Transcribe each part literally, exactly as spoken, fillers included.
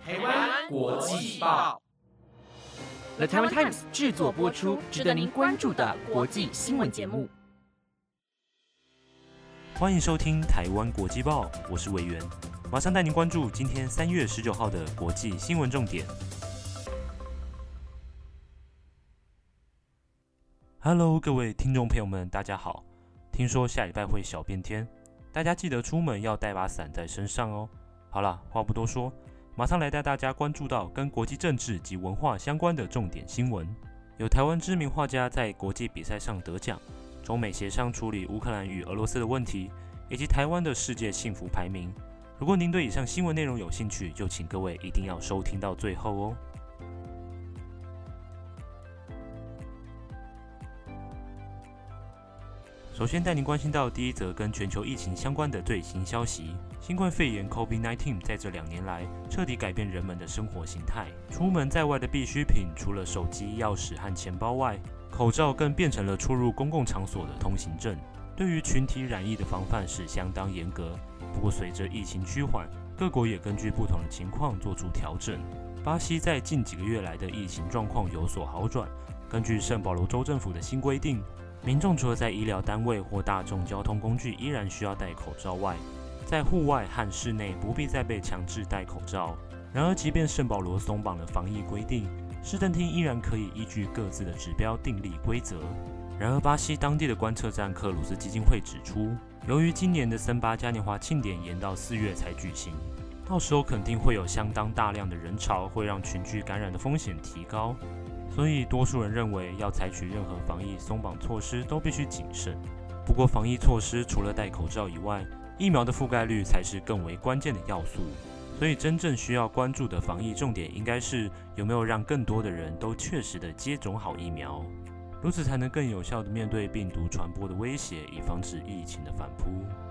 台湾国际报 The Taiwan Times 制作播出，值得您关注的国际新闻节目。 欢迎收听台湾国际报，我是委员，马上带您关注今天三月十九号的国际新闻重点。Hello， 各位听众朋友们，大家好。听说下礼拜会小变天，大家记得出门要带把伞在身上哦。好啦，话不多说，马上来带大家关注到跟国际政治及文化相关的重点新闻。有台湾知名画家在国际比赛上得奖，中美协商处理乌克兰与俄罗斯的问题，以及台湾的世界幸福排名。如果您对以上新闻内容有兴趣，就请各位一定要收听到最后哦。首先带您关心到第一则跟全球疫情相关的最新消息。新冠肺炎 COVID 十九 在这两年来彻底改变人们的生活形态，出门在外的必需品除了手机、钥匙和钱包外，口罩更变成了出入公共场所的通行证。对于群体染疫的防范是相当严格，不过随着疫情趋缓，各国也根据不同的情况做出调整。巴西在近几个月来的疫情状况有所好转，根据圣保罗州政府的新规定，民众除了在医疗单位或大众交通工具依然需要戴口罩外，在户外和室内不必再被强制戴口罩。然而，即便圣保罗松绑了防疫规定，市政厅依然可以依据各自的指标订立规则。然而，巴西当地的观测站克鲁斯基金会指出，由于今年的森巴嘉年华庆典延到四月才举行，到时候肯定会有相当大量的人潮，会让群聚感染的风险提高。所以，多数人认为要采取任何防疫松绑措施都必须谨慎。不过，防疫措施除了戴口罩以外，疫苗的覆盖率才是更为关键的要素。所以，真正需要关注的防疫重点应该是有没有让更多的人都确实的接种好疫苗，如此才能更有效的面对病毒传播的威胁，以防止疫情的反扑。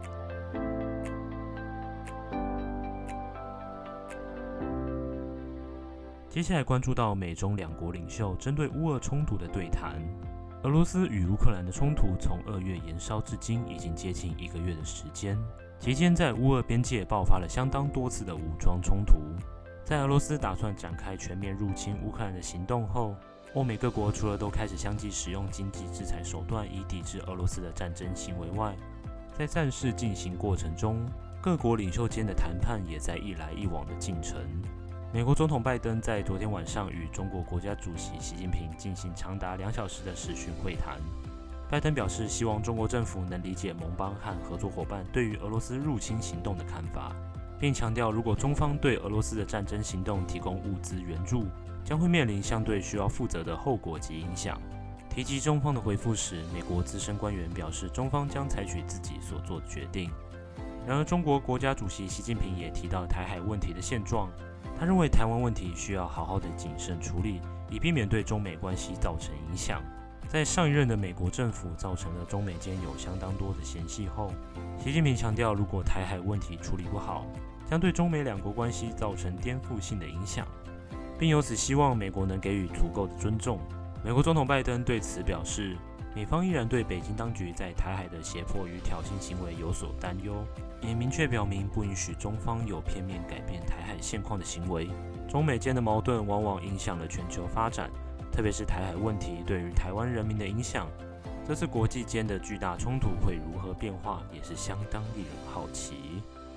接下来关注到美中两国领袖针对乌俄冲突的对谈。俄罗斯与乌克兰的冲突从二月延烧至今，已经接近一个月的时间。期间在乌俄边界爆发了相当多次的武装冲突。在俄罗斯打算展开全面入侵乌克兰的行动后，欧美各国除了都开始相继使用经济制裁手段以抵制俄罗斯的战争行为外，在战事进行过程中，各国领袖间的谈判也在一来一往的进程。美国总统拜登在昨天晚上与中国国家主席习近平进行长达两小时的视讯会谈。拜登表示，希望中国政府能理解盟邦和合作伙伴对于俄罗斯入侵行动的看法，并强调，如果中方对俄罗斯的战争行动提供物资援助，将会面临相对需要负责的后果及影响。提及中方的回复时，美国资深官员表示，中方将采取自己所做的决定。然而，中国国家主席习近平也提到台海问题的现状。他认为台湾问题需要好好的谨慎处理，以避免对中美关系造成影响。在上一任的美国政府造成了中美间有相当多的嫌隙后，习近平强调，如果台海问题处理不好，将对中美两国关系造成颠覆性的影响，并由此希望美国能给予足够的尊重。美国总统拜登对此表示，美方依然对北京当局在台海的胁迫与挑衅行为有所担忧，也明确表明不允许中方有片面改变台海现况的行为。中美间的矛盾往往影响了全球发展，特别是台海问题对于台湾人民的影响。这次国际间的巨大冲突会如何变化，也是相当令人好奇。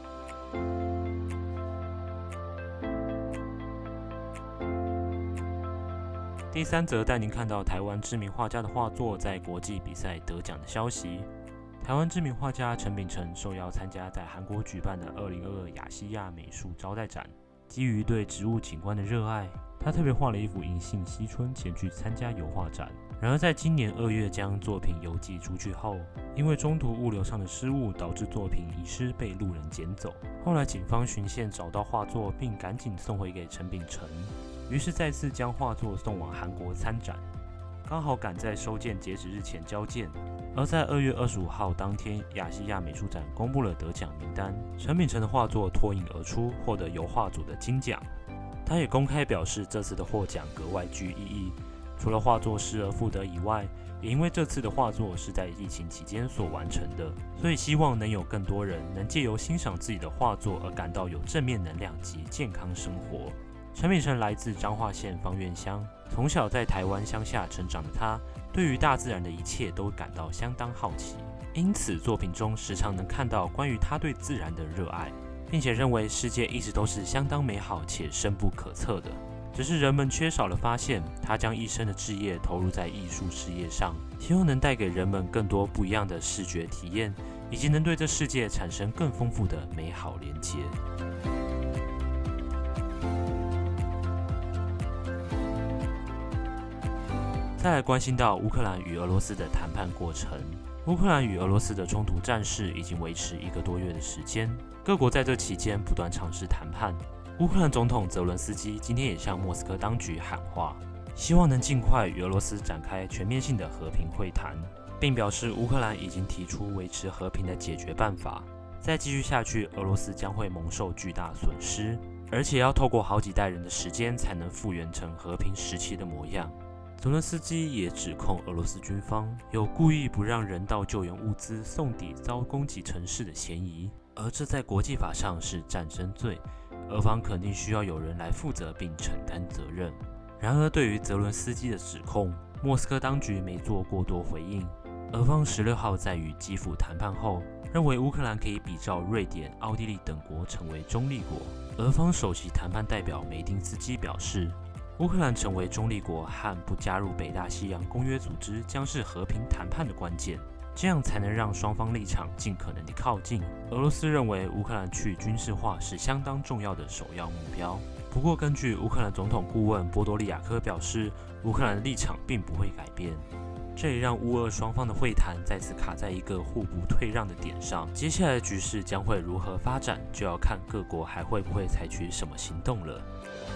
第三则带您看到台湾知名画家的画作在国际比赛得奖的消息。台湾知名画家陈秉承受邀参加在韩国举办的二零二二亚细亚美术招待展。基于对植物景观的热爱，他特别画了一幅银杏惜春前去参加油画展。然而在今年二月将作品邮寄出去后，因为中途物流上的失误，导致作品遗失被路人捡走。后来警方循线找到画作，并赶紧送回给陈秉承，于是再次将画作送往韩国参展，刚好赶在收件截止日前交件。而在二月二十五号当天，亚细亚美术展公布了得奖名单，陈秉承的画作脱颖而出，获得油画组的金奖。他也公开表示，这次的获奖格外具意义， 除了画作失而复得以外，也因为这次的画作是在疫情期间所完成的，所以希望能有更多人能借由欣赏自己的画作而感到有正面能量及健康生活。陈美辰来自彰化县芳苑乡，从小在台湾乡下成长的他，对于大自然的一切都感到相当好奇，因此作品中时常能看到关于他对自然的热爱，并且认为世界一直都是相当美好且深不可测的。只是人们缺少了发现，他将一生的志业投入在艺术事业上，希望能带给人们更多不一样的视觉体验，以及能对这世界产生更丰富的美好连结。再来关心到乌克兰与俄罗斯的谈判过程。乌克兰与俄罗斯的冲突战事已经维持一个多月的时间，各国在这期间不断尝试谈判。乌克兰总统泽伦斯基今天也向莫斯科当局喊话，希望能尽快与俄罗斯展开全面性的和平会谈，并表示乌克兰已经提出维持和平的解决办法。再继续下去，俄罗斯将会蒙受巨大损失，而且要透过好几代人的时间才能复原成和平时期的模样。泽伦斯基也指控俄罗斯军方有故意不让人道救援物资送抵遭攻击城市的嫌疑，而这在国际法上是战争罪，俄方肯定需要有人来负责并承担责任。然而，对于泽伦斯基的指控，莫斯科当局没做过多回应。俄方十六号在与基辅谈判后，认为乌克兰可以比照瑞典、奥地利等国成为中立国。俄方首席谈判代表梅丁斯基表示，乌克兰成为中立国和不加入北大西洋公约组织将是和平谈判的关键，这样才能让双方立场尽可能地靠近。俄罗斯认为乌克兰去军事化是相当重要的首要目标。不过，根据乌克兰总统顾问波多利亚科表示，乌克兰的立场并不会改变。这也让乌俄双方的会谈再次卡在一个互不退让的点上。接下来的局势将会如何发展，就要看各国还会不会采取什么行动了。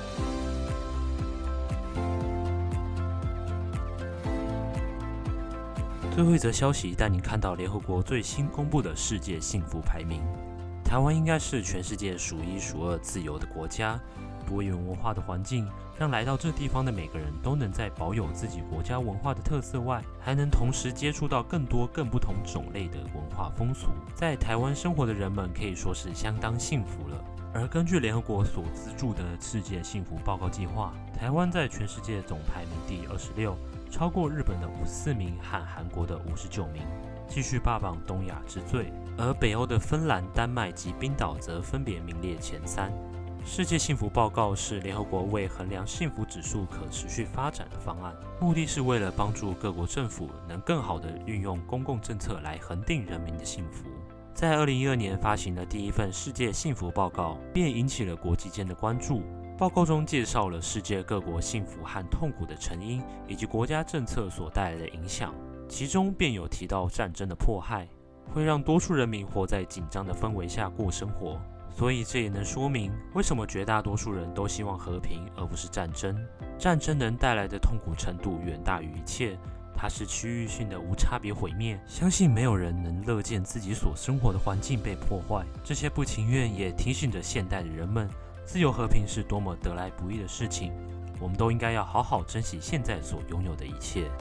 最后一则消息带您看到联合国最新公布的世界幸福排名。台湾应该是全世界数一数二自由的国家，多元文化的环境让来到这地方的每个人都能在保有自己国家文化的特色外，还能同时接触到更多更不同种类的文化风俗。在台湾生活的人们可以说是相当幸福了。而根据联合国所资助的世界幸福报告计划，台湾在全世界总排名第二十六，超过日本的五十四名和韩国的五十九名，继续霸榜东亚之最。而北欧的芬兰、丹麦及冰岛则分别名列前三。世界幸福报告是联合国为衡量幸福指数可持续发展的方案，目的是为了帮助各国政府能更好地运用公共政策来恒定人民的幸福。在二零一二年发行的第一份世界幸福报告，便引起了国际间的关注。报告中介绍了世界各国幸福和痛苦的成因，以及国家政策所带来的影响，其中便有提到战争的迫害，会让多数人民活在紧张的氛围下过生活。所以这也能说明为什么绝大多数人都希望和平而不是战争。战争能带来的痛苦程度远大于一切，它是区域性的无差别毁灭，相信没有人能乐见自己所生活的环境被破坏。这些不情愿也提醒着现代的人们，自由和平是多么得来不易的事情，我们都应该要好好珍惜现在所拥有的一切。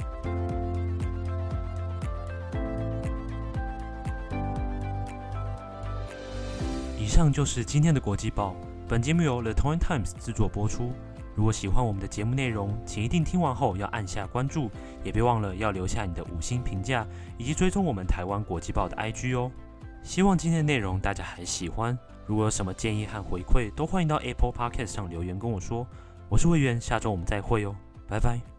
以上就是今天的国际报，本节目由 The Taiwan Times 制作播出。如果喜欢我们的节目内容，请一定听完后要按下关注，也别忘了要留下你的五星评价，以及追踪我们台湾国际报的 I G 哦。希望今天的内容大家还喜欢，如果有什么建议和回馈，都欢迎到 Apple Podcast 上留言跟我说。我是魏源，下周我们再会哦，拜拜。